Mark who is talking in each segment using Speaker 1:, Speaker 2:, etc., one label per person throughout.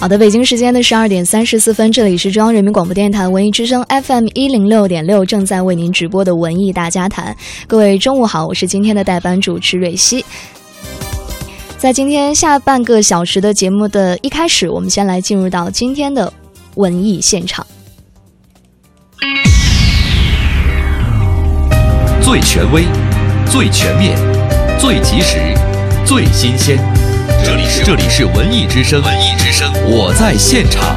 Speaker 1: 好的，北京时间的12:34，这里是中央人民广播电台文艺之声 FM106.6，正在为您直播的文艺大家谈。各位中午好，我是今天的代班主持蕊希。在今天下半个小时的节目的一开始，我们先来进入到今天的文艺现场。
Speaker 2: 最权威，最全面，最及时，最新鲜。这里是文艺之声，我在现场。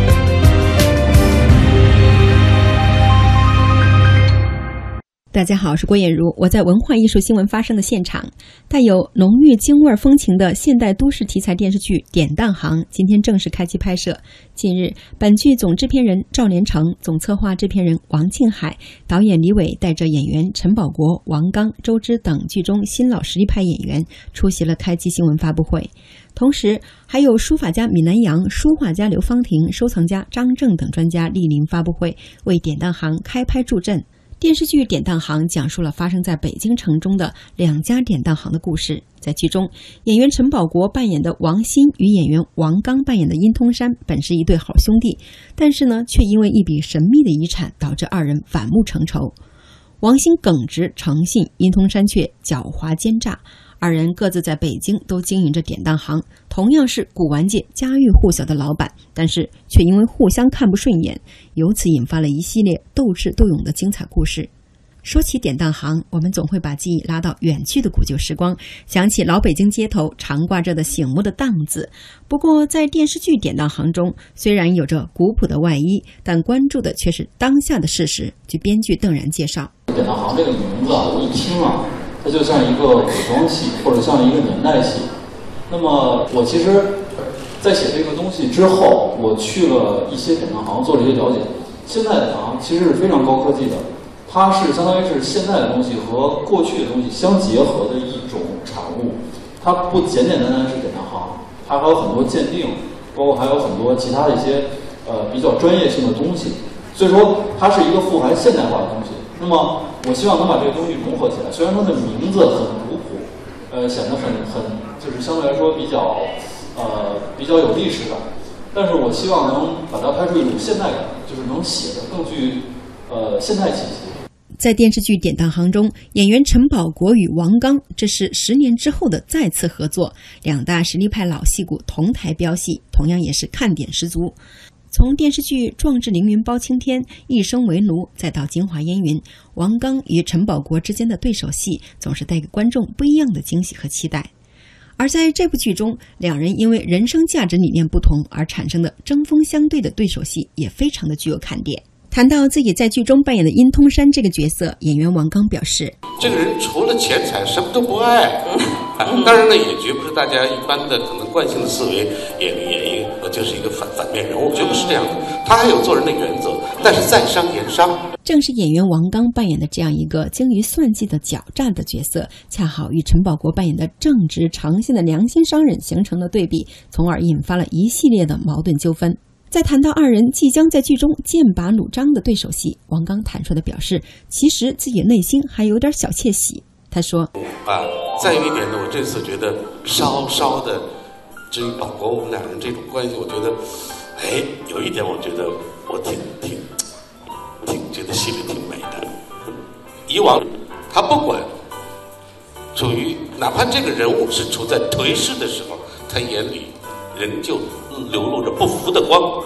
Speaker 3: 大家好，我是郭艳茹，我在文化艺术新闻发生的现场。带有浓郁京味风情的现代都市题材电视剧《典当行》今天正式开机拍摄。近日，本剧总制片人赵连成、总策划制片人王庆海、导演李伟带着演员陈宝国、王刚、周知等剧中新老实力派演员出席了开机新闻发布会。同时还有书法家米南阳、书画家刘芳婷、收藏家张正等专家莅临发布会，为《典当行》开拍助阵。电视剧《典当行》讲述了发生在北京城中的两家典当行的故事。在剧中，演员陈宝国扮演的王鑫与演员王刚扮演的殷通山本是一对好兄弟，但是呢，却因为一笔神秘的遗产导致二人反目成仇。王鑫耿直诚信，殷通山却狡猾奸诈。二人各自在北京都经营着典当行，同样是古玩界家喻户晓的老板，但是却因为互相看不顺眼，由此引发了一系列斗智斗勇的精彩故事。说起典当行，我们总会把记忆拉到远去的古旧时光，想起老北京街头常挂着的醒目的档子。不过在电视剧《典当行》中，虽然有着古朴的外衣，但关注的却是当下的事实。据编剧邓然介绍，
Speaker 4: 典当行这个名字啊，我一听啊，它就像一个古装戏，或者像一个年代戏。那么我其实在写这个东西之后，我去了一些典当行做了一些了解。现在的行其实是非常高科技的，它是相当于是现在的东西和过去的东西相结合的一种产物。它不简简单单是典当行，它还有很多鉴定，包括还有很多其他的一些比较专业性的东西。所以说它是一个富含现代化的东西。那么我希望能把这个东西融合起来。虽然它的名字很古朴，显得很就是相对来说比较有历史感，但是我希望能把它拍出一种现代感，就是能写得更具现代气息。
Speaker 3: 在电视剧《典当行》中，演员陈宝国与王刚，这是10年之后的再次合作，两大实力派老戏骨同台飙戏，同样也是看点十足。从电视剧《壮志凌云包青天》一生为奴，再到京华烟云，王刚与陈宝国之间的对手戏总是带给观众不一样的惊喜和期待。而在这部剧中，两人因为人生价值理念不同而产生的针锋相对的对手戏也非常的具有看点。谈到自己在剧中扮演的殷通山这个角色，演员王刚表示，
Speaker 5: 这个人除了钱财什么都不爱。当然了，也绝不是大家一般的可能惯性的思维演就是一个反面人物，绝不是这样的。他还有做人的原则，但是在商言商。
Speaker 3: 正是演员王刚扮演的这样一个精于算计的狡诈的角色，恰好与陈宝国扮演的正直诚信的良心商人形成了对比，从而引发了一系列的矛盾纠纷。在谈到二人即将在剧中剑拔弩张的对手戏，王刚坦率地表示，其实自己内心还有点小窃喜。他说
Speaker 5: 再有一点呢，我这次觉得稍稍的，至于宝国我们两人这种关系，我觉得有一点我觉得我挺觉得戏里挺美的。以往他不管处于哪怕这个人物是处在颓势的时候，他眼里仍旧流露着不服的光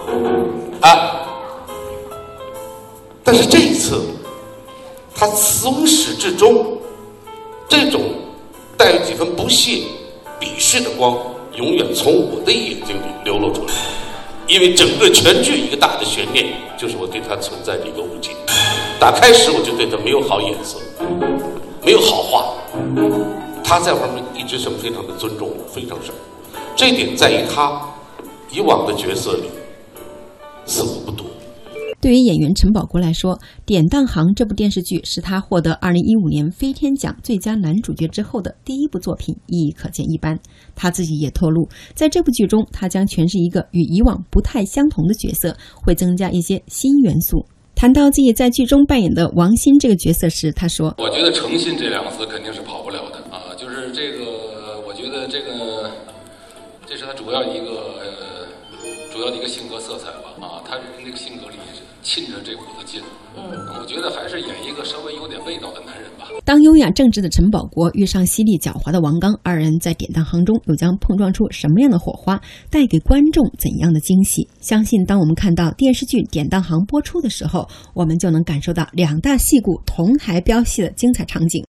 Speaker 5: 但是这一次他从始至终这种带有几分不屑鄙视的光永远从我的眼睛里流露出来，因为整个全剧一个大的悬念就是我对他存在的一个误解。打开时我就对他没有好眼色，没有好话，他在外面一直是非常的尊重我，非常少。这一点在于他以往的角色里似乎不多。
Speaker 3: 对于演员陈宝国来说，《典当行》这部电视剧是他获得2015年飞天奖最佳男主角之后的第一部作品，意义可见一斑。他自己也透露，在这部剧中，他将诠释一个与以往不太相同的角色，会增加一些新元素。谈到自己在剧中扮演的王鑫这个角色时，他说：“
Speaker 6: 我觉得诚信这两个字肯定是跑不了的啊，就是这个，我觉得这是他主要一个主要的一个性格色彩吧，他那个性格里沁着这股子劲。我觉得还是演一个稍微有点味道的男人吧。
Speaker 3: 当优雅正直的陈宝国遇上犀利狡猾的王刚，二人在典当行中又将碰撞出什么样的火花，带给观众怎样的惊喜？相信当我们看到电视剧《典当行》播出的时候，我们就能感受到两大戏骨同台飙戏的精彩场景。